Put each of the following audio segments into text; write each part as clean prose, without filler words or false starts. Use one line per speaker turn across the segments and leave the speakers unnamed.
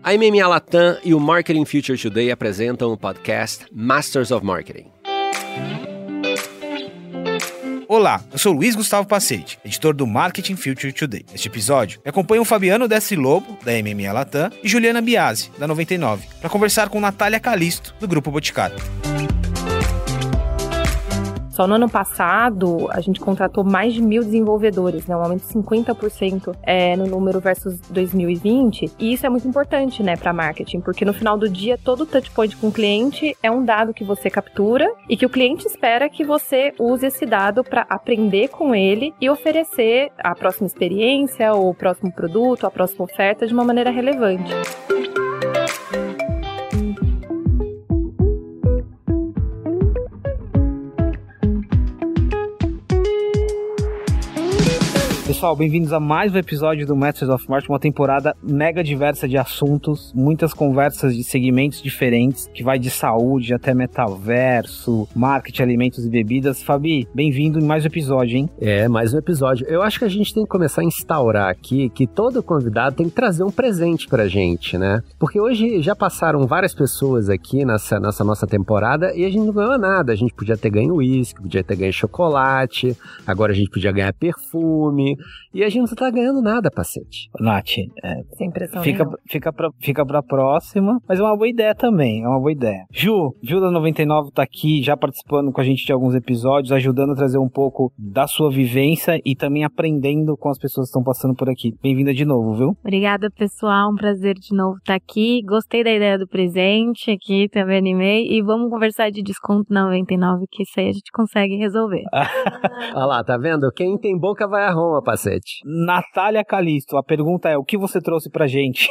A MMA Latam e o Marketing Future Today apresentam o podcast Masters of Marketing.
Olá, eu sou Luiz Gustavo Pacete, editor do Marketing Future Today. Neste episódio, me acompanham Fabiano Dessi Lobo, da MMA Latam, e Juliana Biasi, da 99, para conversar com Natália Calisto, do Grupo Boticário.
Só no ano passado, a gente contratou mais de 1.000 desenvolvedores, né? Um aumento de 50% no número versus 2020. E isso é muito importante, né, para marketing, porque no final do dia, todo touchpoint com o cliente é um dado que você captura e que o cliente espera que você use esse dado para aprender com ele e oferecer a próxima experiência, ou o próximo produto, a próxima oferta de uma maneira relevante.
Pessoal, bem-vindos a mais um episódio do Masters of Marketing, uma temporada mega diversa de assuntos, muitas conversas de segmentos diferentes, que vai de saúde até metaverso, marketing, alimentos e bebidas. Fabi, bem-vindo em mais um episódio, hein?
Mais um episódio. Eu acho que a gente tem que começar a instaurar aqui que todo convidado tem que trazer um presente pra gente, né? Porque hoje já passaram várias pessoas aqui nessa nossa temporada e a gente não ganhou nada. A gente podia ter ganho uísque, podia ter ganho chocolate, agora a gente podia ganhar perfume. E a gente não tá ganhando nada, Pacete.
Nath,
sem pressão
fica pra próxima, mas é uma boa ideia também, é uma boa ideia. Ju da 99 tá aqui, já participando com a gente de alguns episódios, ajudando a trazer um pouco da sua vivência e também aprendendo com as pessoas que estão passando por aqui. Bem-vinda de novo, viu?
Obrigada, pessoal, um prazer de novo estar aqui. Gostei da ideia do presente aqui, também animei. E vamos conversar de desconto na 99, que isso aí a gente consegue resolver.
Olha lá, tá vendo? Quem tem boca vai a Roma, Pacete.
Natália Calisto, a pergunta é, o que você trouxe pra gente?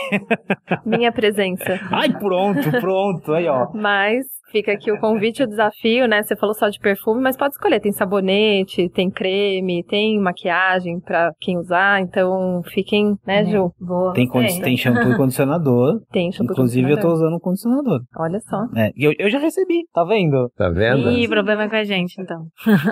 Minha presença.
Ai, pronto, aí ó.
Mas fica aqui o convite e o desafio, né? Você falou só de perfume, mas pode escolher. Tem sabonete, tem creme, tem maquiagem pra quem usar. Então, fiquem, né, Ju?
Boa.
Tem shampoo e condicionador.
Tem shampoo e
Inclusive,
condicionador.
eu tô usando um condicionador.
Olha só.
Eu já recebi, tá vendo?
Tá vendo?
Ih, problema com a gente, então.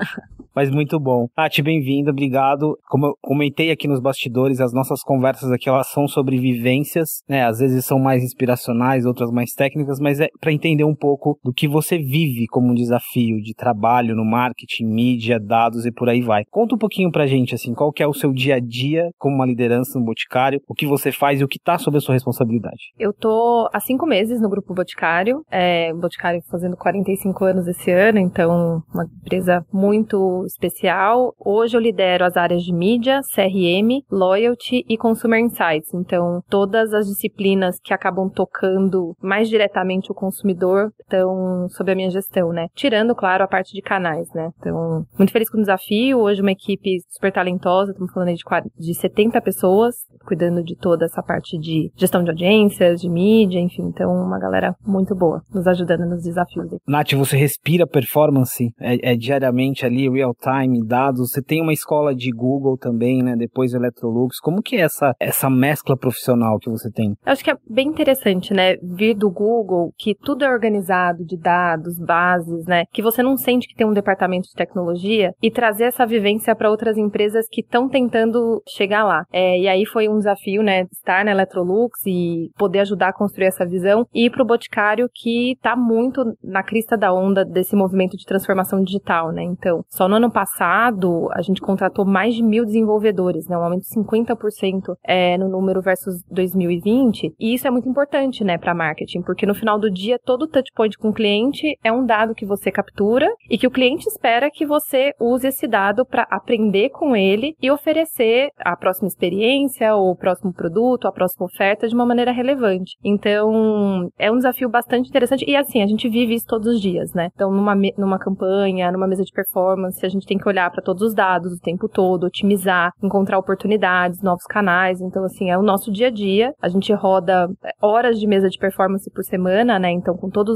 Mas muito bom. Tati, bem-vinda, obrigado. Como eu comentei aqui nos bastidores, as nossas conversas aqui, elas são sobre vivências, né? Às vezes são mais inspiracionais, outras mais técnicas, mas é pra entender um pouco do que você vive como um desafio de trabalho no marketing, mídia, dados e por aí vai. Conta um pouquinho pra gente, assim, qual que é o seu dia a dia como uma liderança no Boticário, o que você faz e o que tá sob a sua responsabilidade.
Eu tô há 5 meses no Grupo Boticário, Boticário fazendo 45 anos esse ano, então uma empresa muito especial. Hoje eu lidero as áreas de mídia, CRM, Loyalty e Consumer Insights, então todas as disciplinas que acabam tocando mais diretamente o consumidor estão sob a minha gestão, né? Tirando, claro, a parte de canais, né? Então, muito feliz com o desafio. Hoje uma equipe super talentosa, estamos falando aí de 70 pessoas, cuidando de toda essa parte de gestão de audiências, de mídia, enfim. Então, uma galera muito boa, nos ajudando nos desafios.
Nath, você respira performance? Diariamente ali, real time, dados? Você tem uma escola de Google também, né? Depois Electrolux. Como que é essa mescla profissional que você tem?
Eu acho que é bem interessante, né? Vir do Google, que tudo é organizado, de dados, bases, né? Que você não sente que tem um departamento de tecnologia e trazer essa vivência para outras empresas que estão tentando chegar lá. E aí foi um desafio, né? Estar na Electrolux e poder ajudar a construir essa visão e ir pro Boticário, que tá muito na crista da onda desse movimento de transformação digital, né? Então, só no ano passado, a gente contratou mais de 1.000 desenvolvedores, né? Um aumento de 50% no número versus 2020. E isso é muito importante, né? Para marketing, porque no final do dia, todo touchpoint com o cliente é um dado que você captura e que o cliente espera que você use esse dado para aprender com ele e oferecer a próxima experiência, ou o próximo produto, a próxima oferta de uma maneira relevante. Então, é um desafio bastante interessante e assim, a gente vive isso todos os dias, né? Então, numa campanha, numa mesa de performance, a gente tem que olhar para todos os dados o tempo todo, otimizar, encontrar oportunidades, novos canais. Então, assim, é o nosso dia a dia. A gente roda horas de mesa de performance por semana, né? Então, com todos os agentes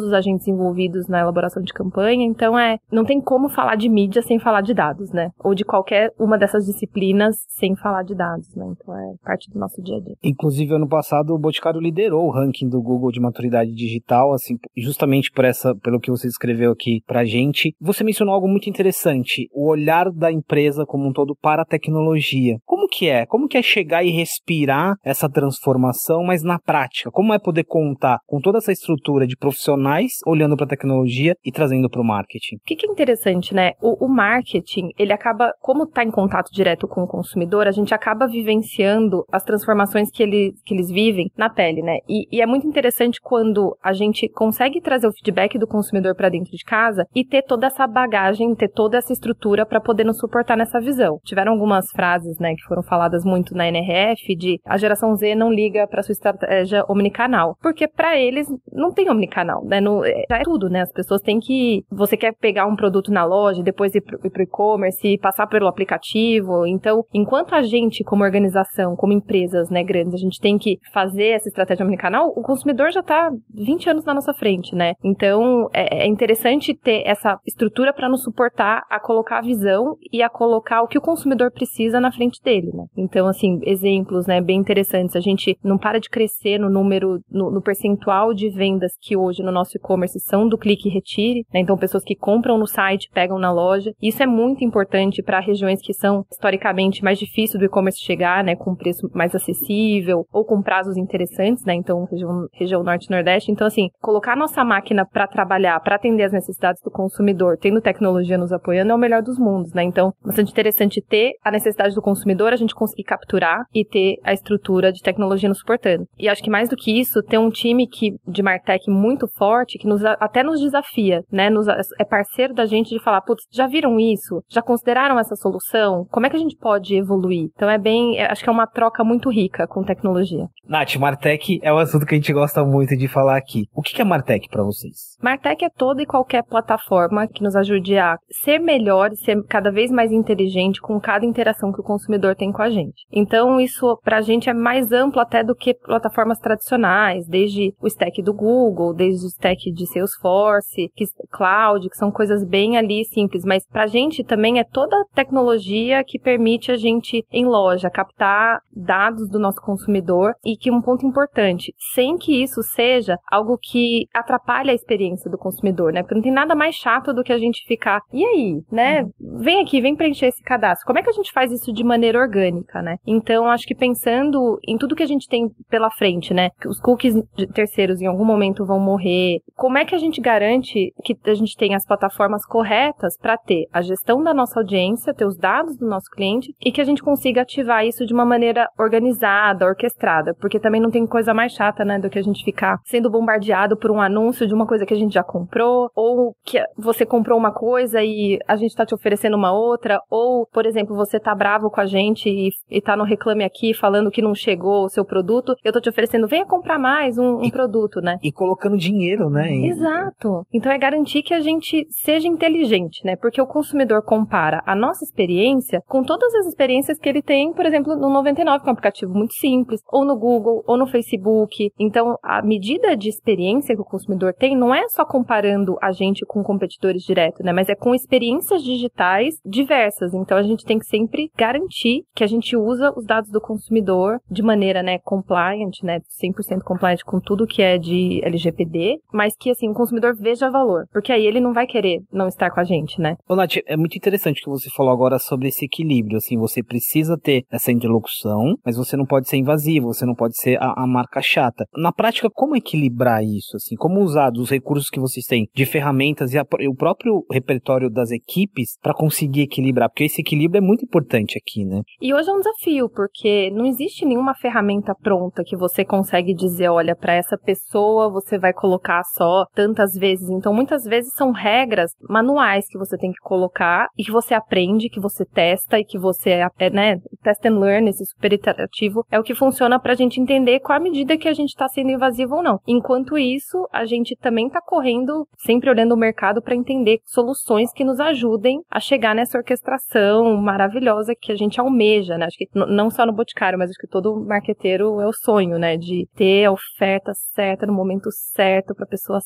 departamentos envolvidos na elaboração de campanha, então não tem como falar de mídia sem falar de dados, né? Ou de qualquer uma dessas disciplinas sem falar de dados, né? Então é parte do nosso dia a dia.
Inclusive, ano passado, o Boticário liderou o ranking do Google de maturidade digital, assim, justamente pelo que você escreveu aqui pra gente. Você mencionou algo muito interessante, o olhar da empresa como um todo para a tecnologia. Como que é? Como que é chegar e respirar essa transformação, mas na prática? Como é poder contar com toda essa estrutura de profissionais olhando para a tecnologia e trazendo para o marketing?
O que é interessante, né? O marketing, ele acaba, como está em contato direto com o consumidor, a gente acaba vivenciando as transformações que eles vivem na pele, né? E é muito interessante quando a gente consegue trazer o feedback do consumidor para dentro de casa e ter toda essa bagagem, ter toda essa estrutura para poder nos suportar nessa visão. Tiveram algumas frases, né, que foram faladas muito na NRF de a geração Z não liga para sua estratégia omnicanal, porque para eles não tem omnicanal, né? Já é tudo, né? As pessoas têm que... Você quer pegar um produto na loja, depois ir pro e-commerce, passar pelo aplicativo. Então, enquanto a gente, como organização, como empresas, né, grandes, a gente tem que fazer essa estratégia omnicanal, o consumidor já está 20 anos na nossa frente, né? Então, é interessante ter essa estrutura para nos suportar a colocar a visão e a colocar o que o consumidor precisa na frente dele, né? Então, assim, exemplos, né, bem interessantes. A gente não para de crescer no número, no percentual de vendas que hoje no nosso e-commerce são do clique e retire, né? Então, pessoas que compram no site, pegam na loja. Isso é muito importante para regiões que são historicamente mais difíceis do e-commerce chegar, né, com preço mais acessível ou com prazos interessantes, né? Então, região norte e nordeste. Então, assim, colocar a nossa máquina para trabalhar, para atender as necessidades do consumidor, tendo tecnologia nos apoiando, é o melhor dos mundos, né? Então, bastante interessante ter a necessidade do consumidor, a gente conseguir capturar e ter a estrutura de tecnologia nos suportando. E acho que mais do que isso, ter um time de Martech muito forte, que até nos desafia, né? É parceiro da gente de falar, putz, já viram isso? Já consideraram essa solução? Como é que a gente pode evoluir? Então acho que é uma troca muito rica com tecnologia.
Nath, Martech é um assunto que a gente gosta muito de falar aqui. O que é Martech para vocês?
Martech é toda e qualquer plataforma que nos ajude a ser melhor e ser cada vez mais inteligente com cada interação que o consumidor tem com a gente. Então, isso pra gente é mais amplo até do que plataformas tradicionais, desde o stack do Google, desde o stack de Salesforce, Cloud, que são coisas bem ali simples, mas pra gente também é toda a tecnologia que permite a gente, em loja, captar dados do nosso consumidor e que um ponto importante, sem que isso seja algo que atrapalhe a experiência do consumidor, né? Porque não tem nada mais chato do que a gente ficar, e aí, né? Vem aqui, vem preencher esse cadastro. Como é que a gente faz isso de maneira orgânica, né? Então, acho que pensando em tudo que a gente tem pela frente, né? Que os cookies de terceiros em algum momento vão morrer. Como é que a gente garante que a gente tenha as plataformas corretas para ter a gestão da nossa audiência, ter os dados do nosso cliente e que a gente consiga ativar isso de uma maneira organizada, orquestrada, porque também não tem coisa mais chata, né, do que a gente ficar sendo bombardeado por um anúncio de uma coisa que a gente já comprou, ou que você comprou uma coisa e a gente tá te oferecendo uma outra, ou, por exemplo, você tá bravo com a gente e tá no Reclame Aqui falando que não chegou o seu produto, eu tô te oferecendo, venha comprar mais um produto, né?
E colocando dinheiro, né?
Exato. Então é garantir que a gente seja inteligente, né? Porque o consumidor compara a nossa experiência com todas as experiências que ele tem, por exemplo, no 99, que é um aplicativo muito simples, ou no Google, ou no Facebook. Então, a medida de experiência que o consumidor tem não é só comparando a gente com competidores direto, né? Mas é com experiências digitais diversas. Então, a gente tem que sempre garantir que a gente usa os dados do consumidor de maneira, né, compliant, né? 100% compliant com tudo que é de LGPD, mas que, assim, o consumidor veja valor. Porque aí ele não vai querer não estar com a gente, né?
Ô, Nath, é muito interessante o que você falou agora sobre esse equilíbrio, assim, você precisa ter essa interlocução, mas você não pode ser invasivo, você não pode ser a marca chata. Na prática, como equilibrar isso, assim? Como usar os recursos que vocês têm de ferramentas e o próprio repertório das equipes para conseguir equilibrar? Porque esse equilíbrio é muito importante aqui, né?
E hoje é um desafio, porque não existe nenhuma ferramenta pronta que você consegue dizer, olha, para essa pessoa você vai colocar só tantas vezes. Então, muitas vezes são regras manuais que você tem que colocar e que você aprende, que você testa e que você, né, test and learn, esse super iterativo, é o que funciona pra gente entender qual a medida que a gente tá sendo invasivo ou não. Enquanto isso, a gente também tá correndo, sempre olhando o mercado para entender soluções que nos ajudem a chegar nessa orquestração maravilhosa que a gente almeja, né? Acho que não só no Boticário, mas acho que todo marqueteiro é o sonho, né? De ter a oferta certa no momento certo, pra pessoa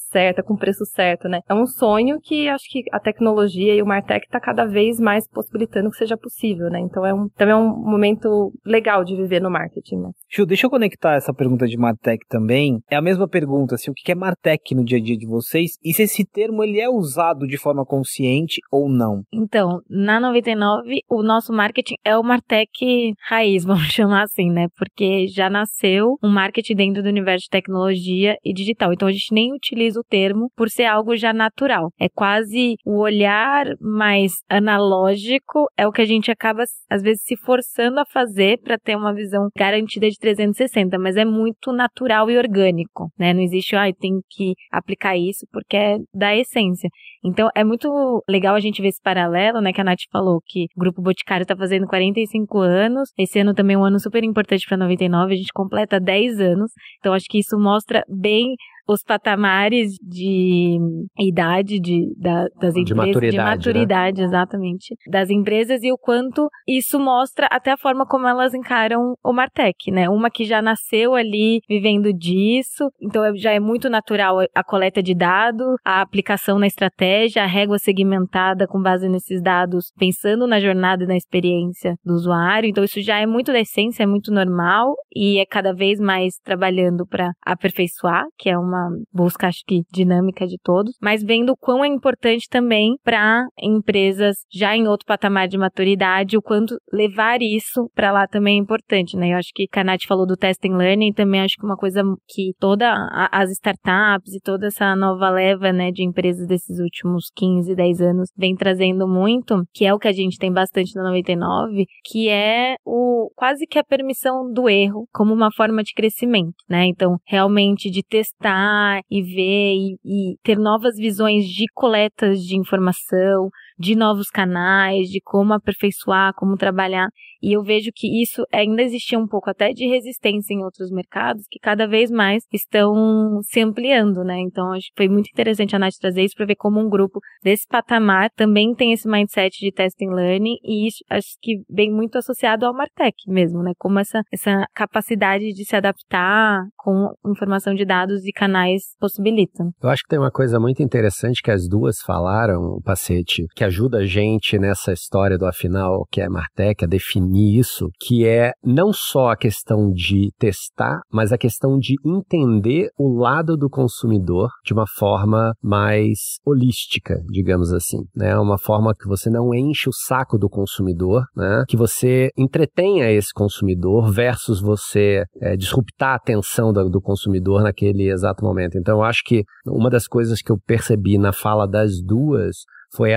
certa, com o preço certo, né? É um sonho que acho que a tecnologia e o Martech tá cada vez mais possibilitando que seja possível, né? Então também é um momento legal de viver no marketing, né?
Ju, deixa eu conectar essa pergunta de Martech também. É a mesma pergunta, assim, o que é Martech no dia a dia de vocês e se esse termo ele é usado de forma consciente ou não?
Então, na 99, o nosso marketing é o Martech raiz, vamos chamar assim, né? Porque já nasceu um marketing dentro do universo de tecnologia e digital. Então, a gente nem utiliza o termo por ser algo já natural. É quase o olhar mais analógico, é o que a gente acaba, às vezes, se forçando a fazer para ter uma visão garantida de 360, mas é muito natural e orgânico, né? Não existe, tem que aplicar isso porque é da essência. Então, é muito legal a gente ver esse paralelo, né, que a Nath falou, que o Grupo Boticário está fazendo 45 anos, esse ano também é um ano super importante para 99, a gente completa 10 anos, então acho que isso mostra bem os patamares de idade das empresas,
de
maturidade, né? Exatamente, das empresas e o quanto isso mostra até a forma como elas encaram o Martech, né? Uma que já nasceu ali vivendo disso, então já é muito natural a coleta de dados, a aplicação na estratégia, a régua segmentada com base nesses dados, pensando na jornada e na experiência do usuário, então isso já é muito da essência, é muito normal e é cada vez mais trabalhando para aperfeiçoar, que é uma busca, acho que, dinâmica de todos, mas vendo o quão é importante também para empresas já em outro patamar de maturidade, o quanto levar isso para lá também é importante, né? Eu acho que a Nath falou do Test and Learning, também acho que uma coisa que todas as startups e toda essa nova leva, né, de empresas desses últimos 15, 10 anos vem trazendo muito, que é o que a gente tem bastante na 99, que é quase que a permissão do erro como uma forma de crescimento, né? Então, realmente de testar e ver e ter novas visões de coletas de informação, de novos canais, de como aperfeiçoar, como trabalhar. E eu vejo que isso ainda existia um pouco até de resistência em outros mercados, que cada vez mais estão se ampliando, né? Então, acho que foi muito interessante a Nath trazer isso para ver como um grupo desse patamar também tem esse mindset de test and learning, e isso acho que vem muito associado ao Martech mesmo, né? Como essa capacidade de se adaptar com informação de dados e canais possibilitam.
Eu acho que tem uma coisa muito interessante que as duas falaram, Pacete, que ajuda a gente nessa história do afinal, que é Martech, a definir isso, que é não só a questão de testar, mas a questão de entender o lado do consumidor de uma forma mais holística, digamos assim, né? Uma forma que você não enche o saco do consumidor, né? Que você entretenha esse consumidor versus você disruptar a atenção do consumidor naquele exato momento. Então, eu acho que uma das coisas que eu percebi na fala das duas foi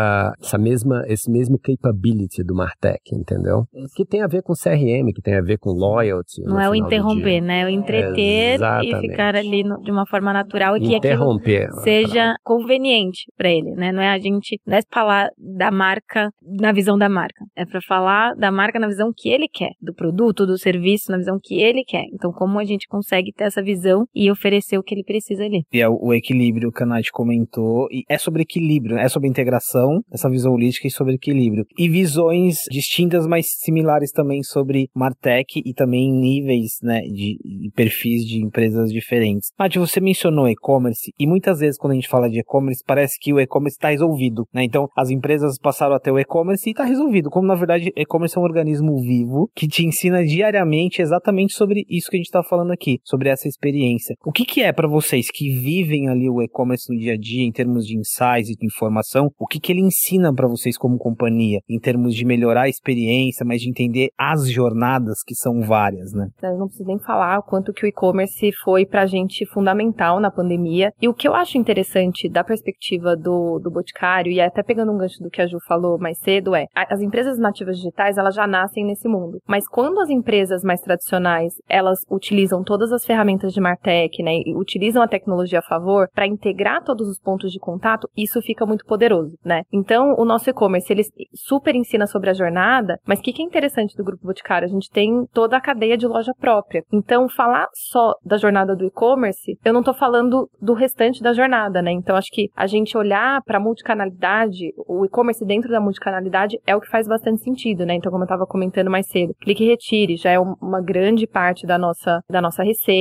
esse mesmo capability do Martech, entendeu? Que tem a ver com CRM, que tem a ver com loyalty.
Não é o interromper, né? É o entreter e ficar ali de uma forma natural e que aquilo seja conveniente para ele, né? Não é falar da marca na visão da marca. É para falar da marca na visão que ele quer, do produto, do serviço, na visão que ele quer. Então, como a gente consegue ter essa visão e oferecer o que ele precisa ali.
E é o equilíbrio que a Nath comentou, e é sobre equilíbrio, é sobre integração, essa visão holística e sobre equilíbrio. E visões distintas, mas similares também sobre Martech e também níveis, né, de perfis de empresas diferentes. Nath, você mencionou e-commerce, e muitas vezes quando a gente fala de e-commerce, parece que o e-commerce está resolvido, né? Então, as empresas passaram até o e-commerce e está resolvido, como na verdade e-commerce é um organismo vivo que te ensina diariamente exatamente sobre isso que a gente está falando aqui, sobre essa experiência. O que é para vocês que vivem ali o e-commerce no dia a dia, em termos de insights e de informação, o que ele ensina para vocês como companhia, em termos de melhorar a experiência, mas de entender as jornadas que são várias, né?
Eu não preciso nem falar o quanto que o e-commerce foi pra gente fundamental na pandemia. E o que eu acho interessante da perspectiva do Boticário, e até pegando um gancho do que a Ju falou mais cedo, as empresas nativas digitais, elas já nascem nesse mundo. Mas quando as empresas mais tradicionais, elas utilizam todas as ferramentas de Martech, né, e utilizam a tecnologia a favor para integrar todos os pontos de contato, isso fica muito poderoso, né? Então, o nosso e-commerce, ele super ensina sobre a jornada, mas o que é interessante do Grupo Boticário? A gente tem toda a cadeia de loja própria. Então, falar só da jornada do e-commerce, eu não tô falando do restante da jornada, né? Então, acho que a gente olhar para a multicanalidade, o e-commerce dentro da multicanalidade é o que faz bastante sentido, né? Então, como eu estava comentando mais cedo, clique e retire já é uma grande parte da nossa receita.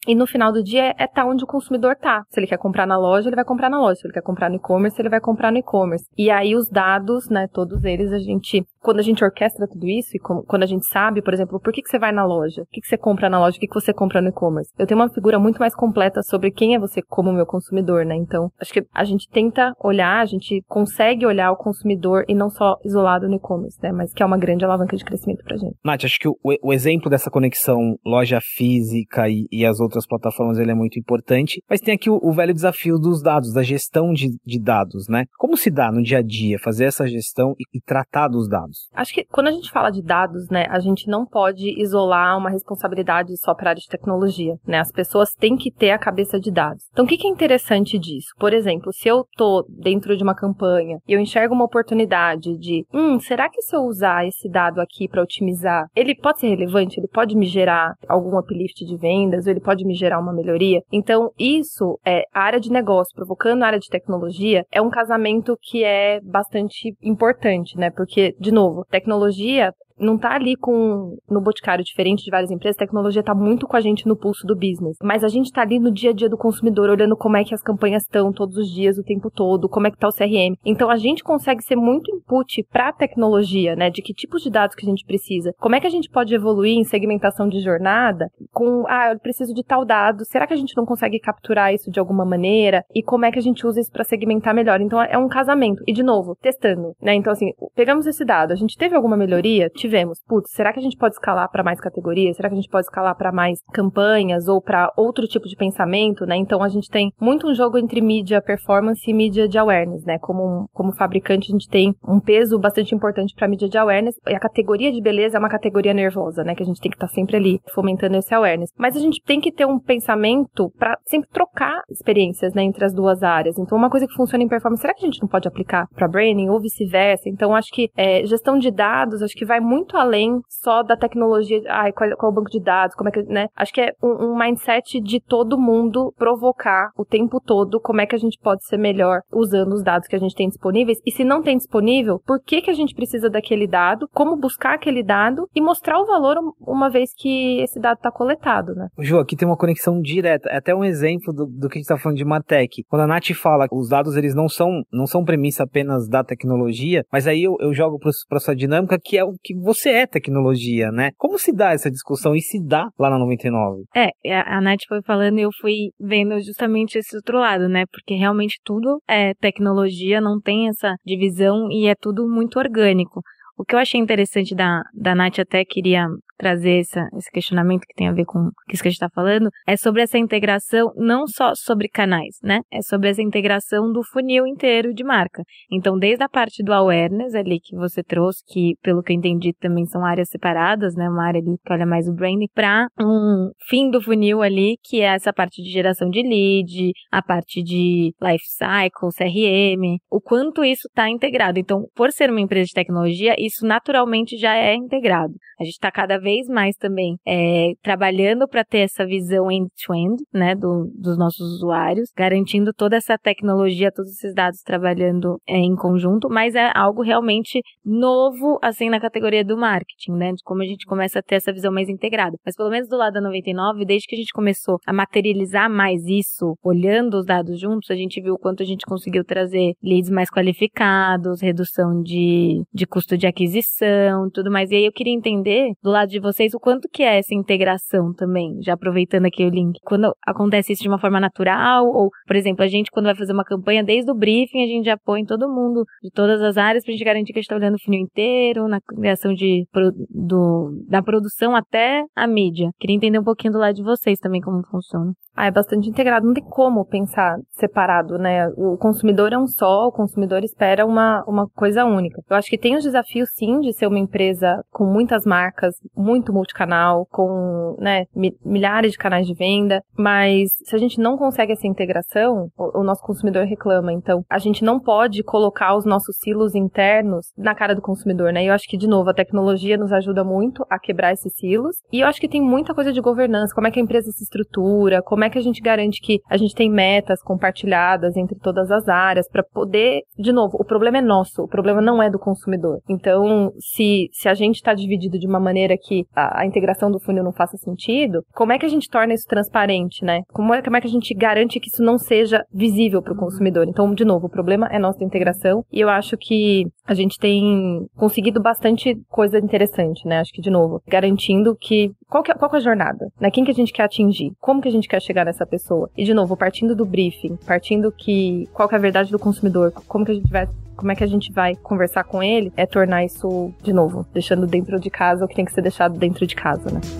E no final do dia é tá onde o consumidor tá. Se ele quer comprar na loja, ele vai comprar na loja. Se ele quer comprar no e-commerce, ele vai comprar no e-commerce. E aí os dados, né, todos eles, quando a gente orquestra tudo isso e quando a gente sabe, por exemplo, por que você vai na loja, o que você compra na loja, o que você compra no e-commerce. Eu tenho uma figura muito mais completa sobre quem é você como meu consumidor, né? Então, acho que a gente tenta olhar, a gente consegue olhar o consumidor e não só isolado no e-commerce, né? Mas que é uma grande alavanca de crescimento pra gente.
Nath, acho que o exemplo dessa conexão loja física e as outras plataformas, ele é muito importante, mas tem aqui o velho desafio dos dados, da gestão de dados, né? Como se dá no dia a dia fazer essa gestão e tratar dos dados?
Acho que quando a gente fala de dados, né, a gente não pode isolar uma responsabilidade só para a área de tecnologia, né? As pessoas têm que ter a cabeça de dados. Então, o que é interessante disso? Por exemplo, se eu tô dentro de uma campanha e eu enxergo uma oportunidade de, será que se eu usar esse dado aqui para otimizar, ele pode ser relevante? Ele pode me gerar algum uplift de vendas? Ou ele pode me gerar uma melhoria? Então, isso é a área de negócio provocando a área de tecnologia, é um casamento que é bastante importante, né? Porque, de novo, tecnologia não tá ali no boticário diferente de várias empresas, a tecnologia tá muito com a gente no pulso do business. Mas a gente tá ali no dia a dia do consumidor, olhando como é que as campanhas estão todos os dias, o tempo todo, como é que tá o CRM. Então a gente consegue ser muito input pra tecnologia, né? De que tipos de dados que a gente precisa. Como é que a gente pode evoluir em segmentação de jornada com, eu preciso de tal dado, será que a gente não consegue capturar isso de alguma maneira? E como é que a gente usa isso pra segmentar melhor? Então é um casamento. E de novo, testando, né? Então assim, pegamos esse dado, a gente teve alguma melhoria? Tivemos. Será que a gente pode escalar para mais categorias? Será que a gente pode escalar para mais campanhas ou para outro tipo de pensamento, né? Então a gente tem muito um jogo entre mídia performance e mídia de awareness, né? Como fabricante, a gente tem um peso bastante importante para mídia de awareness. E a categoria de beleza é uma categoria nervosa, né? Que a gente tem que estar sempre ali fomentando esse awareness. Mas a gente tem que ter um pensamento para sempre trocar experiências, né? Entre as duas áreas. Então uma coisa que funciona em performance, será que a gente não pode aplicar para branding ou vice-versa? Então acho que gestão de dados, acho que vai muito além só da tecnologia, qual é o banco de dados, como é que, né? Acho que é um mindset de todo mundo provocar o tempo todo como é que a gente pode ser melhor usando os dados que a gente tem disponíveis, e se não tem disponível, por que a gente precisa daquele dado, como buscar aquele dado e mostrar o valor uma vez que esse dado está coletado, né?
Ju, aqui tem uma conexão direta, é até um exemplo do que a gente está falando de Martech. Quando a Nath fala que os dados, eles não são premissa apenas da tecnologia, mas aí eu jogo para sua dinâmica, que é o que você é tecnologia, né? Como se dá essa discussão e se dá lá na 99?
A Nath foi falando e eu fui vendo justamente esse outro lado, né? Porque realmente tudo é tecnologia, não tem essa divisão e é tudo muito orgânico. O que eu achei interessante da Nath, até queria trazer esse questionamento que tem a ver com isso que a gente está falando, é sobre essa integração, não só sobre canais, né? É sobre essa integração do funil inteiro de marca. Então, desde a parte do awareness ali que você trouxe, que pelo que eu entendi também são áreas separadas, né? Uma área ali que olha mais o branding, para um fim do funil ali, que é essa parte de geração de lead, a parte de life cycle, CRM, o quanto isso está integrado. Então, por ser uma empresa de tecnologia, isso naturalmente já é integrado. A gente está cada vez mais também trabalhando para ter essa visão end-to-end, né, dos nossos usuários, garantindo toda essa tecnologia, todos esses dados trabalhando em conjunto, mas é algo realmente novo, assim, na categoria do marketing, né, de como a gente começa a ter essa visão mais integrada. Mas pelo menos do lado da 99, desde que a gente começou a materializar mais isso, olhando os dados juntos, a gente viu o quanto a gente conseguiu trazer leads mais qualificados, redução de custo de aquisição, tudo mais. E aí eu queria entender do lado de vocês o quanto que é essa integração também, já aproveitando aqui o link. Quando acontece isso de uma forma natural, ou, por exemplo, a gente quando vai fazer uma campanha, desde o briefing, a gente já põe todo mundo de todas as áreas pra gente garantir que a gente tá olhando o funil inteiro, na criação da produção até a mídia. Queria entender um pouquinho do lado de vocês também como funciona.
É bastante integrado, não tem como pensar separado, né? O consumidor é um só, o consumidor espera uma coisa única. Eu acho que tem os desafios, sim, de ser uma empresa com muitas marcas, muito multicanal, com, né, milhares de canais de venda, mas se a gente não consegue essa integração, o nosso consumidor reclama. Então, a gente não pode colocar os nossos silos internos na cara do consumidor, né? E eu acho que, de novo, a tecnologia nos ajuda muito a quebrar esses silos, e eu acho que tem muita coisa de governança, como é que a empresa se estrutura, como é é que a gente garante que a gente tem metas compartilhadas entre todas as áreas para poder, de novo, o problema é nosso, o problema não é do consumidor. Então, se a gente está dividido de uma maneira que a integração do funil não faça sentido, como é que a gente torna isso transparente, né? Como é que a gente garante que isso não seja visível para o consumidor? Então, de novo, o problema é nosso da integração e eu acho que a gente tem conseguido bastante coisa interessante, né? Acho que, de novo, garantindo que qual que é a jornada, né? Quem que a gente quer atingir? Como que a gente quer chegar nessa pessoa? E, de novo, partindo do briefing, partindo que qual que é a verdade do consumidor, como é que a gente vai conversar com ele, é tornar isso, de novo, deixando dentro de casa o que tem que ser deixado dentro de casa, né?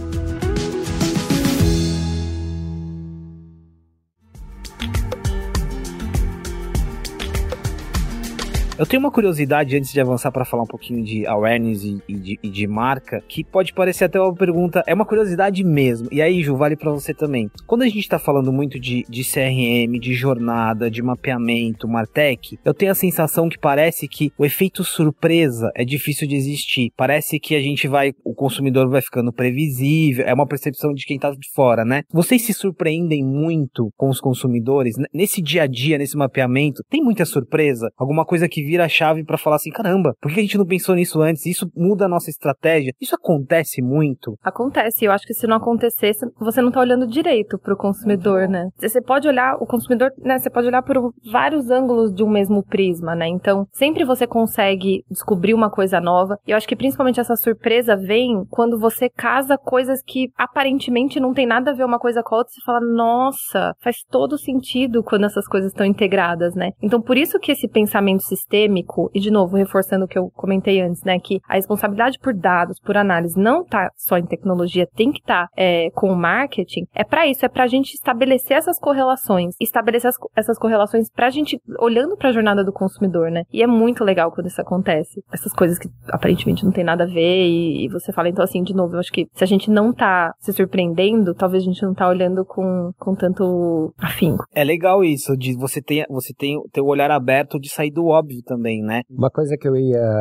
Eu tenho uma curiosidade antes de avançar para falar um pouquinho de awareness e de marca, que pode parecer até uma pergunta, é uma curiosidade mesmo. E aí, Ju, vale para você também. Quando a gente está falando muito de CRM, de jornada, de mapeamento, Martech, eu tenho a sensação que parece que o efeito surpresa é difícil de existir. Parece que o consumidor vai ficando previsível, é uma percepção de quem tá de fora, né? Vocês se surpreendem muito com os consumidores? Nesse dia a dia, nesse mapeamento, tem muita surpresa? Alguma coisa que vira a chave pra falar assim, caramba, por que a gente não pensou nisso antes? Isso muda a nossa estratégia? Isso acontece muito?
Acontece, eu acho que se não acontecesse, você não tá olhando direito pro consumidor, né? Você pode olhar o consumidor, né? Você pode olhar por vários ângulos de um mesmo prisma, né? Então, sempre você consegue descobrir uma coisa nova. E eu acho que principalmente essa surpresa vem quando você casa coisas que aparentemente não tem nada a ver uma coisa com a outra. Você fala, nossa, faz todo sentido quando essas coisas estão integradas, né? Então, por isso que esse pensamento sistêmico, e de novo, reforçando o que eu comentei antes, né, que a responsabilidade por dados, por análise, não tá só em tecnologia, tem que estar com o marketing, é pra isso, é pra gente estabelecer essas correlações, essas correlações pra gente, olhando pra jornada do consumidor, né, e é muito legal quando isso acontece, essas coisas que aparentemente não tem nada a ver, e você fala, então assim, de novo, eu acho que se a gente não tá se surpreendendo, talvez a gente não tá olhando com tanto afinco.
É legal isso, de você ter o olhar aberto de sair do óbvio também, né?
Uma coisa que eu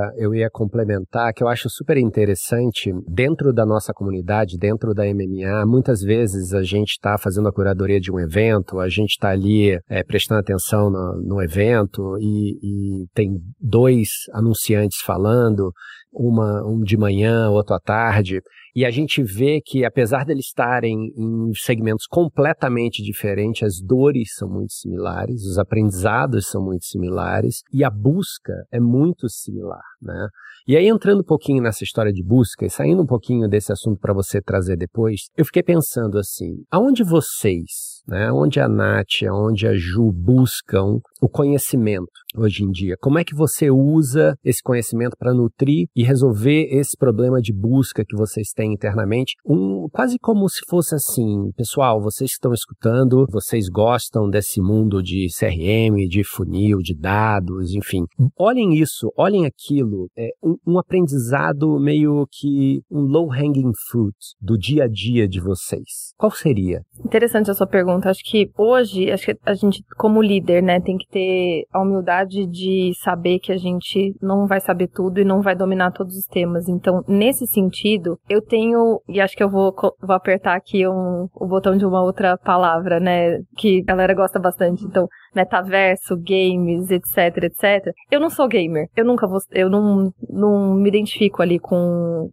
ia complementar, que eu acho super interessante, dentro da nossa comunidade, dentro da MMA, muitas vezes a gente está fazendo a curadoria de um evento, a gente está ali prestando atenção no evento e tem 2 anunciantes falando, um de manhã, outro à tarde, e a gente vê que, apesar deles estarem em segmentos completamente diferentes, as dores são muito similares, os aprendizados são muito similares e a busca é muito similar, né? E aí, entrando um pouquinho nessa história de busca e saindo um pouquinho desse assunto para você trazer depois, eu fiquei pensando assim, aonde vocês, né, onde a Nath, onde a Ju buscam o conhecimento hoje em dia? Como é que você usa esse conhecimento para nutrir e resolver esse problema de busca que vocês têm internamente? Quase como se fosse assim, pessoal, vocês que estão escutando, vocês gostam desse mundo de CRM, de funil, de dados, enfim. Olhem isso, olhem aquilo, um aprendizado meio que um low-hanging fruit do dia a dia de vocês. Qual seria?
Interessante a sua pergunta. Acho que hoje, a gente, como líder, né, tem que ter a humildade de saber que a gente não vai saber tudo e não vai dominar todos os temas. Então, nesse sentido, eu tenho, e acho que eu vou apertar aqui o botão de uma outra palavra, né, que a galera gosta bastante. Então, metaverso, games, etc, etc. Eu não sou gamer. Eu não me identifico ali com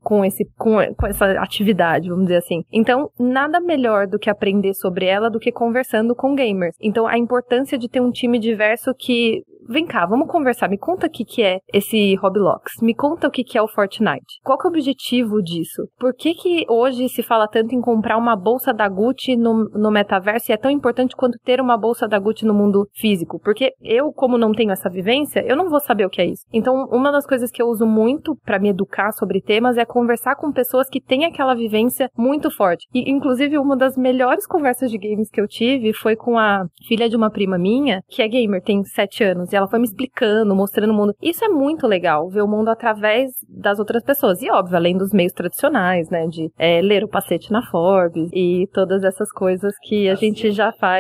essa atividade, vamos dizer assim. Então, nada melhor do que aprender sobre ela do que conversando com gamers. Então, a importância de ter um time diverso que... Vem cá, vamos conversar. Me conta o que é esse Roblox. Me conta o que é o Fortnite. Qual que é o objetivo disso? Por que hoje se fala tanto em comprar uma bolsa da Gucci no metaverso e é tão importante quanto ter uma bolsa da Gucci no mundo físico? Porque eu, como não tenho essa vivência, eu não vou saber o que é isso. Então, uma das coisas que eu uso muito pra me educar sobre temas é conversar com pessoas que têm aquela vivência muito forte. E, inclusive, uma das melhores conversas de games que eu tive foi com a filha de uma prima minha, que é gamer, tem 7 anos. E ela foi me explicando, mostrando o mundo. Isso é muito legal, ver o mundo através das outras pessoas. E, óbvio, além dos meios tradicionais, né? De ler o Pacete na Forbes e todas essas coisas que a gente já faz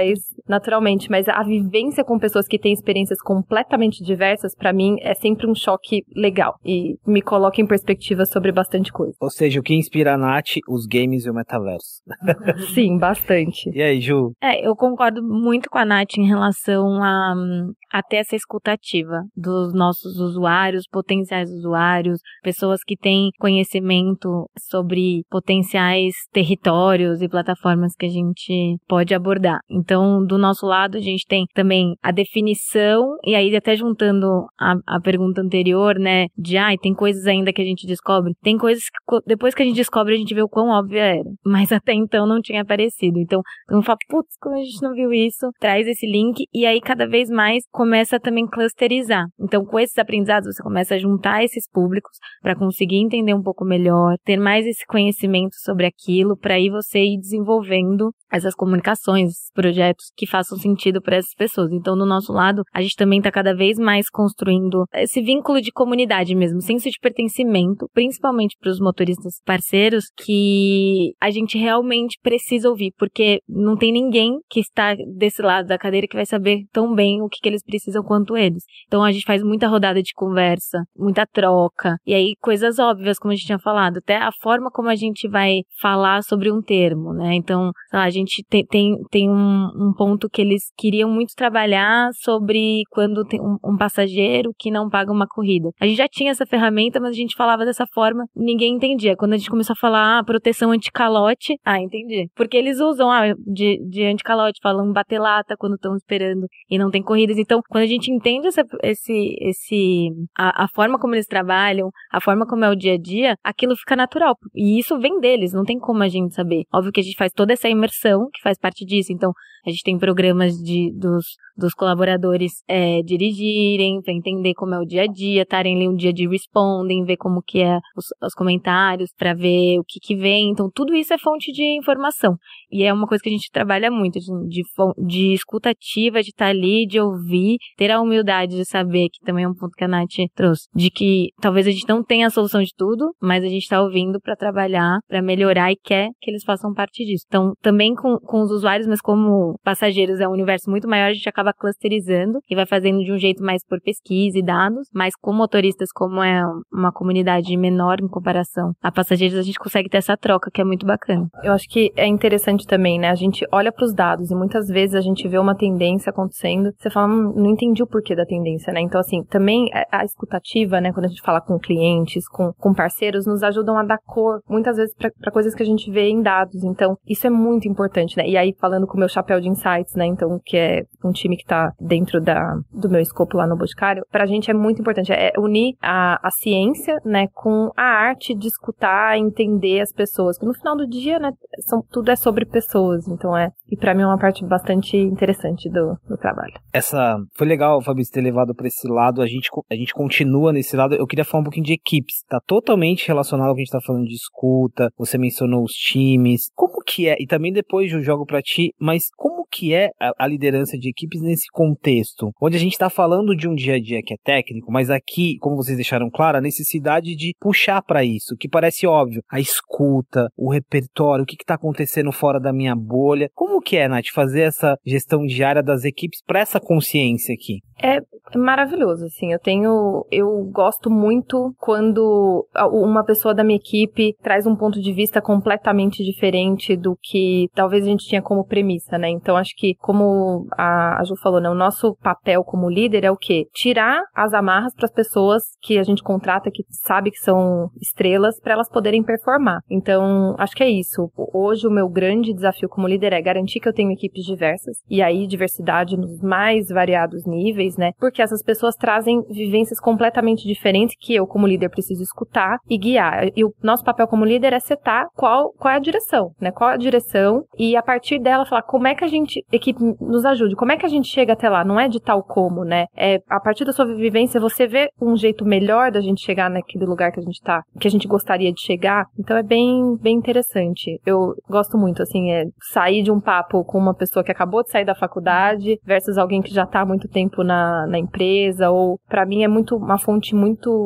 naturalmente, mas a vivência com pessoas que têm experiências completamente diversas, pra mim, é sempre um choque legal e me coloca em perspectiva sobre bastante coisa.
Ou seja, o que inspira a Nath, os games e o metaverso.
Sim, bastante.
E aí, Ju?
Eu concordo muito com a Nath em relação a ter essa escutativa dos nossos usuários, potenciais usuários, pessoas que têm conhecimento sobre potenciais territórios e plataformas que a gente pode abordar. Então, do nosso lado, a gente tem também a definição, e aí até juntando a pergunta anterior, né, de tem coisas ainda que a gente descobre, tem coisas que depois que a gente descobre, a gente vê o quão óbvio era, mas até então não tinha aparecido. Então fala, putz, como a gente não viu isso, traz esse link, e aí cada vez mais começa a também clusterizar. Então, com esses aprendizados, você começa a juntar esses públicos para conseguir entender um pouco melhor, ter mais esse conhecimento sobre aquilo, para aí você ir desenvolvendo essas comunicações, esses projetos que façam sentido para essas pessoas. Então, do nosso lado, a gente também está cada vez mais construindo esse vínculo de comunidade mesmo, senso de pertencimento, principalmente para os motoristas parceiros, que a gente realmente precisa ouvir, porque não tem ninguém que está desse lado da cadeira que vai saber tão bem o que eles precisam quanto eles. Então, a gente faz muita rodada de conversa, muita troca, e aí coisas óbvias, como a gente tinha falado, até a forma como a gente vai falar sobre um termo, né? Então, sei lá, a gente tem um ponto que eles queriam muito trabalhar sobre quando tem um passageiro que não paga uma corrida. A gente já tinha essa ferramenta, mas a gente falava dessa forma, ninguém entendia. Quando a gente começou a falar proteção anti-calote, entendi. Porque eles usam de anti-calote, falam bater lata quando estão esperando e não tem corridas. Então, quando a gente entende a forma como eles trabalham, a forma como é o dia a dia, aquilo fica natural. E isso vem deles, não tem como a gente saber. Óbvio que a gente faz toda essa imersão que faz parte disso. Então, a gente tem programas dos colaboradores dirigirem, para entender como é o dia a dia, estarem ali um dia de respondem, ver como que é os comentários, para ver o que vem. Então, tudo isso é fonte de informação. E é uma coisa que a gente trabalha muito, de escutativa, de estar ali, de ouvir, ter a humildade de saber, que também é um ponto que a Nath trouxe, de que talvez a gente não tenha a solução de tudo, mas a gente está ouvindo para trabalhar, para melhorar e quer que eles façam parte disso. Então, também com os usuários, mas como passageiros é um universo muito maior, a gente acaba clusterizando e vai fazendo de um jeito mais por pesquisa e dados, mas com motoristas, como é uma comunidade menor em comparação a passageiros, a gente consegue ter essa troca, que é muito bacana.
Eu acho que é interessante também, né? A gente olha para os dados e muitas vezes a gente vê uma tendência acontecendo, você fala, não entendi o porquê da tendência, né? Então, assim, também a escutativa, né? Quando a gente fala com clientes, com parceiros, nos ajudam a dar cor, muitas vezes, para coisas que a gente vê em dados. Então, isso é muito importante, né? E aí, falando com o meu chapéu de insights, né? Então, que é um time que tá dentro do meu escopo lá no Boticário, pra gente é muito importante, unir a ciência, né? Com a arte de escutar, entender as pessoas, que no final do dia, né? Tudo é sobre pessoas, então e pra mim é uma parte bastante interessante do trabalho.
Foi legal, Fabrício, ter levado pra esse lado, a gente continua nesse lado. Eu queria falar um pouquinho de equipes, tá totalmente relacionado ao que a gente tá falando de escuta, você mencionou os times, como que é, e também depois eu jogo pra ti, mas como que é a liderança de equipes nesse contexto, onde a gente tá falando de um dia a dia que é técnico, mas aqui, como vocês deixaram claro, a necessidade de puxar pra isso, que parece óbvio, a escuta, o repertório, o que tá acontecendo fora da minha bolha. Como que é, Nath, fazer essa gestão diária das equipes para essa consciência aqui?
É maravilhoso, assim, eu gosto muito quando uma pessoa da minha equipe traz um ponto de vista completamente diferente do que talvez a gente tinha como premissa, né? Então, acho que, como a Ju falou, né, o nosso papel como líder é o quê? Tirar as amarras para as pessoas que a gente contrata, que sabe que são estrelas, para elas poderem performar. Então, acho que é isso. Hoje, o meu grande desafio como líder é garantir que eu tenho equipes diversas, e aí diversidade nos mais variados níveis, né? Porque essas pessoas trazem vivências completamente diferentes que eu, como líder, preciso escutar e guiar. E o nosso papel como líder é setar qual é a direção, né? Qual é a direção, e a partir dela falar como é que a equipe nos ajude, como é que a gente chega até lá, não é de tal como, né? A partir da sua vivência, você vê um jeito melhor da gente chegar naquele lugar que a gente tá, que a gente gostaria de chegar. Então é bem, bem interessante. Eu gosto muito, assim, sair de um papo com uma pessoa que acabou de sair da faculdade versus alguém que já tá há muito tempo na empresa, ou pra mim é muito uma fonte muito,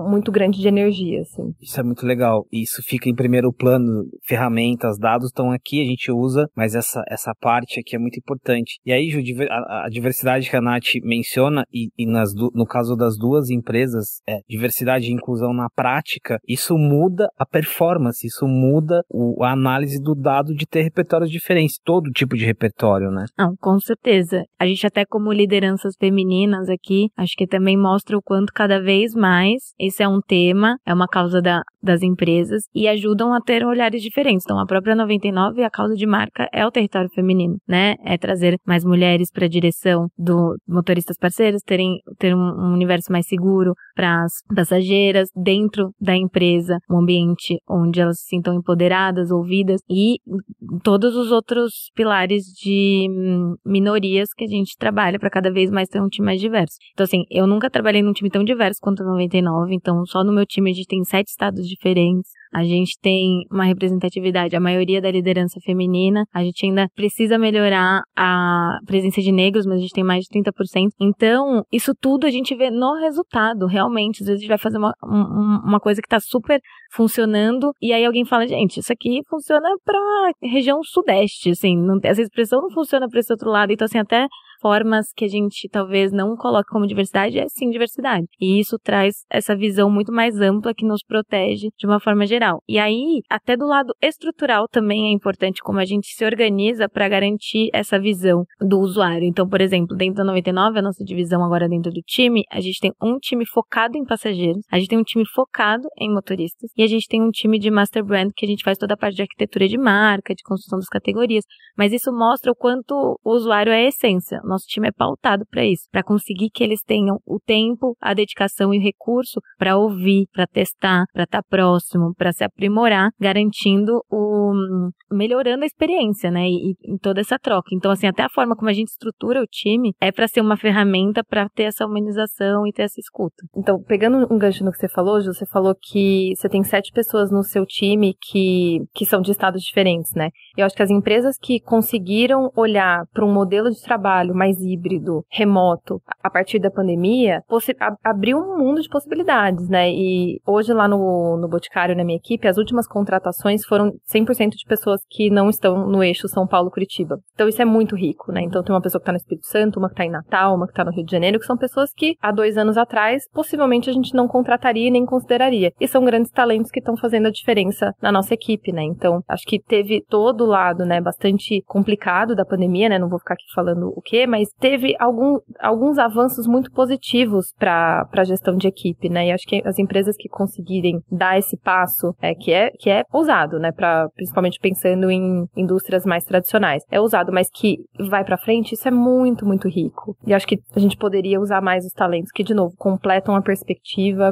muito grande de energia, assim.
Isso é muito legal. Isso fica em primeiro plano, ferramentas, dados estão aqui, a gente usa, mas essa parte aqui é muito importante. E aí, Ju, a diversidade que a Nath menciona, e no caso das duas empresas, diversidade e inclusão na prática, isso muda a performance, isso muda a análise do dado de ter repertórios diferentes, todo tipo de repertório, né?
Não, com certeza. A gente até como lideranças femininas aqui, acho que também mostra o quanto cada vez mais esse é um tema, é uma causa das empresas e ajudam a ter olhares diferentes. Então, a própria 99, a causa de marca é o território feminino, né? É trazer mais mulheres para a direção do motoristas parceiros, ter um universo mais seguro para as passageiras dentro da empresa, um ambiente onde elas se sintam empoderadas, ouvidas e todos os outros pilares de minorias que a gente trabalha para cada vez mais ter um time mais diverso. Então, assim, eu nunca trabalhei num time tão diverso quanto a 99, então só no meu time a gente tem 7 estados diferentes, a gente tem uma representatividade, a maioria da liderança feminina, a gente ainda precisa melhorar a presença de negros, mas a gente tem mais de 30%. Então, isso tudo a gente vê no resultado, realmente. Às vezes a gente vai fazer uma coisa que tá super funcionando, e aí alguém fala, gente, isso aqui funciona pra região sudeste, assim, essa expressão não funciona pra esse outro lado. Então, assim, até formas que a gente talvez não coloque como diversidade é sim diversidade. E isso traz essa visão muito mais ampla que nos protege de uma forma geral. E aí, até do lado estrutural também é importante como a gente se organiza para garantir essa visão do usuário. Então, por exemplo, dentro da 99, a nossa divisão agora dentro do time, a gente tem um time focado em passageiros, a gente tem um time focado em motoristas e a gente tem um time de master brand que a gente faz toda a parte de arquitetura de marca, de construção das categorias. Mas isso mostra o quanto o usuário é a essência. Nosso time é pautado para isso, para conseguir que eles tenham o tempo, a dedicação e o recurso para ouvir, para testar, para estar próximo, para se aprimorar, garantindo melhorando a experiência, né? E toda essa troca. Então, assim, até a forma como a gente estrutura o time é para ser uma ferramenta para ter essa humanização e ter essa escuta.
Então, pegando um gancho no que você falou, Ju, você falou que você tem 7 pessoas no seu time que são de estados diferentes, né? Eu acho que as empresas que conseguiram olhar para um modelo de trabalho mais híbrido, remoto, a partir da pandemia, abriu um mundo de possibilidades, né? E hoje lá no Boticário, na minha equipe, as últimas contratações foram 100% de pessoas que não estão no eixo São Paulo-Curitiba. Então isso é muito rico, né? Então tem uma pessoa que está no Espírito Santo, uma que está em Natal, uma que está no Rio de Janeiro, que são pessoas que há 2 anos atrás, possivelmente a gente não contrataria e nem consideraria. E são grandes talentos que estão fazendo a diferença na nossa equipe, né? Então acho que teve todo o lado, né, bastante complicado da pandemia, né? Não vou ficar aqui falando o quê, mas teve alguns avanços muito positivos para a gestão de equipe, né? E acho que as empresas que conseguirem dar esse passo, que é ousado, né? Principalmente pensando em indústrias mais tradicionais. É ousado, mas que vai para frente, isso é muito, muito rico. E acho que a gente poderia usar mais os talentos que, de novo, completam a perspectiva,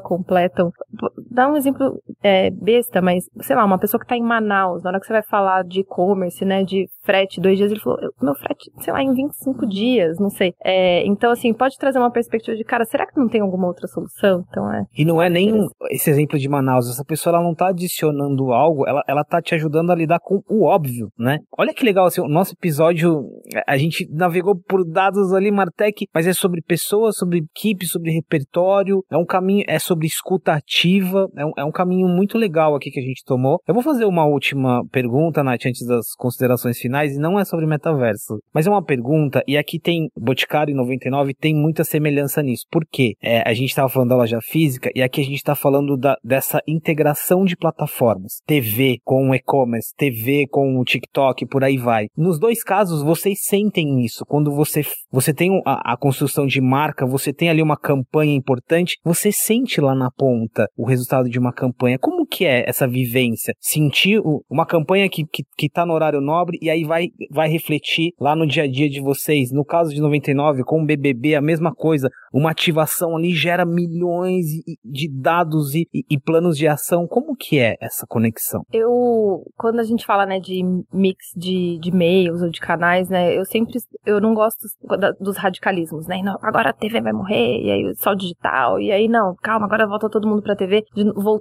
Dá um exemplo besta, mas, sei lá, uma pessoa que tá em Manaus, na hora que você vai falar de e-commerce, né, de frete, 2 dias, ele falou, meu frete, sei lá, em 25 dias, não sei. Então, assim, pode trazer uma perspectiva de, cara, será que não tem alguma outra solução? Então,
E não é nem esse exemplo de Manaus, essa pessoa, ela não tá adicionando algo, ela tá te ajudando a lidar com o óbvio, né? Olha que legal, assim, o nosso episódio, a gente navegou por dados ali, Martech, mas é sobre pessoas, sobre equipe, sobre repertório, é um caminho, é sobre escuta ativa, é um caminho muito legal aqui que a gente tomou. Eu vou fazer uma última pergunta, Nath, antes das considerações finais, e não é sobre metaverso, mas é uma pergunta, e aqui tem Boticário e 99, tem muita semelhança nisso. Por quê? A gente estava falando da loja física, e aqui a gente está falando dessa integração de plataformas, TV com e-commerce, TV com o TikTok, por aí vai. Nos 2 casos, vocês sentem isso. Quando você tem a construção de marca, você tem ali uma campanha importante, você sente lá na ponta o resultado de uma campanha. Como que é essa vivência? Sentir uma campanha que tá no horário nobre e aí vai refletir lá no dia a dia de vocês. No caso de 99, com o BBB, a mesma coisa. Uma ativação ali gera milhões de dados e planos de ação. Como que é essa conexão?
Quando a gente fala, né, de mix de e-mails ou de canais, né, eu não gosto dos radicalismos, né, não, agora a TV vai morrer, e aí só digital, e aí não, calma, agora volta todo mundo pra TV. Voltando pro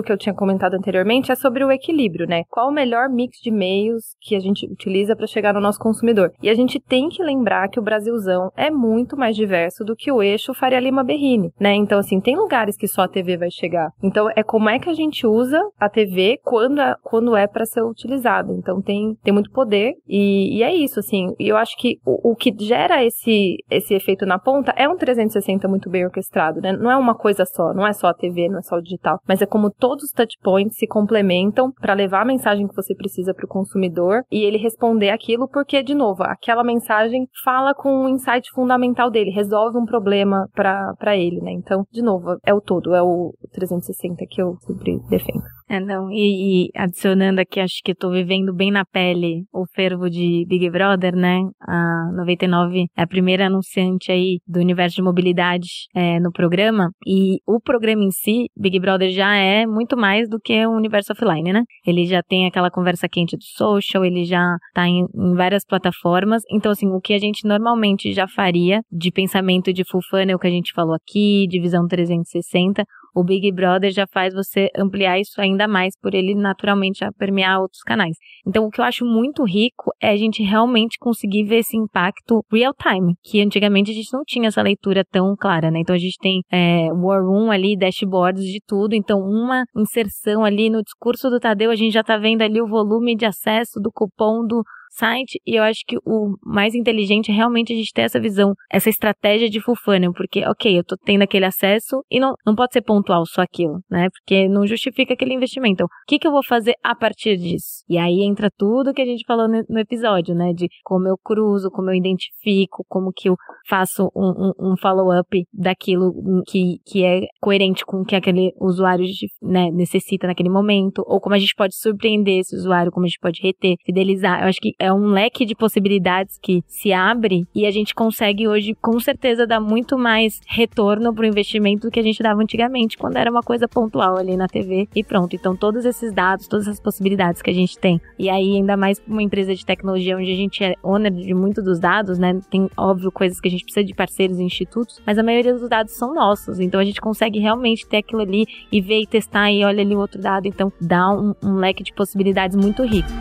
que eu tinha comentado anteriormente é sobre o equilíbrio, né? Qual o melhor mix de meios que a gente utiliza para chegar no nosso consumidor? E a gente tem que lembrar que o Brasilzão é muito mais diverso do que o eixo Faria Lima Berrini, né? Então, assim, tem lugares que só a TV vai chegar. Então, é como é que a gente usa a TV quando é para ser utilizada. Então, tem muito poder e é isso, assim. E eu acho que o que gera esse efeito na ponta é um 360 muito bem orquestrado, né? Não é uma coisa só, não é só a TV, não é só o digital, mas é como todos os touchpoints se complementam para levar a mensagem que você precisa para o consumidor e ele responder aquilo, porque, de novo, aquela mensagem fala com um insight fundamental dele, resolve um problema para ele, né? Então, de novo, é o todo, é o 360 que eu sempre defendo.
Não, e adicionando aqui, acho que eu tô vivendo bem na pele o fervo de Big Brother, né? A 99 é a primeira anunciante aí do universo de mobilidade no programa, e o programa em si, Big Brother, já é muito mais do que o universo offline, né? Ele já tem aquela conversa quente do social, ele já tá em várias plataformas, então assim, o que a gente normalmente já faria de pensamento de full funnel que a gente falou aqui, de visão 360, o Big Brother já faz você ampliar isso ainda mais, por ele naturalmente já permear outros canais. Então, o que eu acho muito rico é a gente realmente conseguir ver esse impacto real time, que antigamente a gente não tinha essa leitura tão clara, né? Então, a gente tem War Room ali, dashboards de tudo, então uma inserção ali no discurso do Tadeu, a gente já tá vendo ali o volume de acesso do cupom do site, e eu acho que o mais inteligente é realmente a gente ter essa visão, essa estratégia de full funnel, porque, ok, eu tô tendo aquele acesso e não pode ser pontual só aquilo, né, porque não justifica aquele investimento. Então, o que eu vou fazer a partir disso? E aí entra tudo que a gente falou no episódio, né, de como eu cruzo, como eu identifico, como que eu faço um follow-up daquilo que é coerente com o que aquele usuário, né, necessita naquele momento, ou como a gente pode surpreender esse usuário, como a gente pode reter, fidelizar. Eu acho que é um leque de possibilidades que se abre e a gente consegue hoje, com certeza, dar muito mais retorno pro investimento do que a gente dava antigamente, quando era uma coisa pontual ali na TV e pronto. Então, todos esses dados, todas essas possibilidades que a gente tem, e aí ainda mais uma empresa de tecnologia onde a gente é owner de muitos dos dados, né? Tem, óbvio, coisas que a gente precisa de parceiros e institutos, mas a maioria dos dados são nossos, então a gente consegue realmente ter aquilo ali e ver e testar e olha ali o outro dado, então dá um leque de possibilidades muito rico.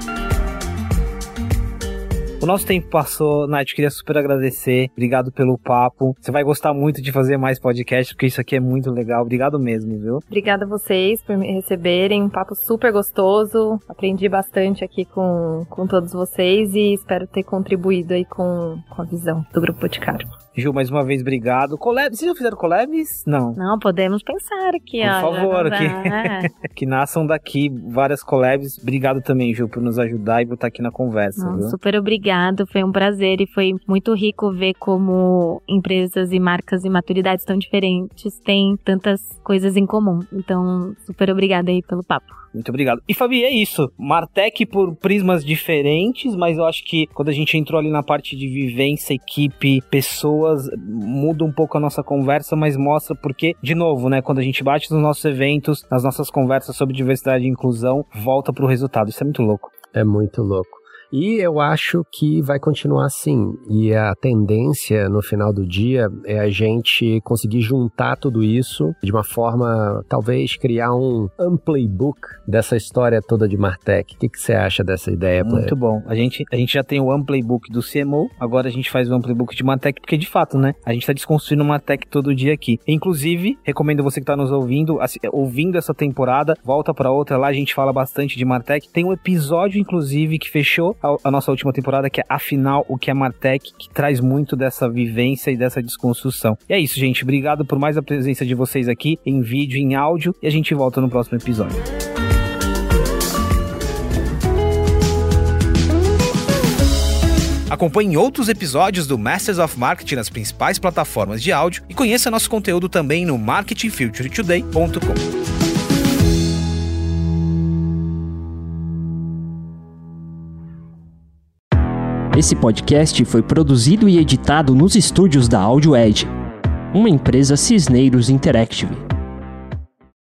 O nosso tempo passou, Nath, queria super agradecer, obrigado pelo papo, você vai gostar muito de fazer mais podcast, porque isso aqui é muito legal, obrigado mesmo, viu?
Obrigada a vocês por me receberem, um papo super gostoso, aprendi bastante aqui com todos vocês e espero ter contribuído aí com a visão do Grupo Boticário.
Ju, mais uma vez, obrigado. Collab, vocês já fizeram collabs? Não.
Não, podemos pensar aqui, ó.
Por favor, que nasçam daqui várias collabs. Obrigado também, Ju, por nos ajudar e por estar aqui na conversa.
Não,
viu?
Super obrigado, foi um prazer e foi muito rico ver como empresas e marcas e maturidades tão diferentes têm tantas coisas em comum. Então, super obrigada aí pelo papo.
Muito obrigado. E Fabi, é isso. Martech por prismas diferentes, mas eu acho que quando a gente entrou ali na parte de vivência, equipe, pessoas, muda um pouco a nossa conversa, mas mostra porque, de novo, né, quando a gente bate nos nossos eventos, nas nossas conversas sobre diversidade e inclusão, volta pro resultado. Isso é muito louco.
É muito louco. E eu acho que vai continuar assim. E a tendência no final do dia é a gente conseguir juntar tudo isso de uma forma, talvez criar um playbook dessa história toda de Martech. O que você acha dessa ideia?
Muito bom. A gente já tem o playbook do CMO, agora a gente faz o playbook de Martech, porque de fato, né, a gente está desconstruindo Martech todo dia aqui. Inclusive, recomendo você que está nos ouvindo, ouvindo essa temporada, volta para outra, lá a gente fala bastante de Martech. Tem um episódio, inclusive, que fechou a nossa última temporada, que é Afinal, o que é Martech, que traz muito dessa vivência e dessa desconstrução. E é isso, gente. Obrigado por mais a presença de vocês aqui, em vídeo, em áudio, e a gente volta no próximo episódio.
Acompanhe outros episódios do Masters of Marketing nas principais plataformas de áudio e conheça nosso conteúdo também no marketingfuturetoday.com.
Esse podcast foi produzido e editado nos estúdios da Audio Edge, uma empresa Cisneiros Interactive.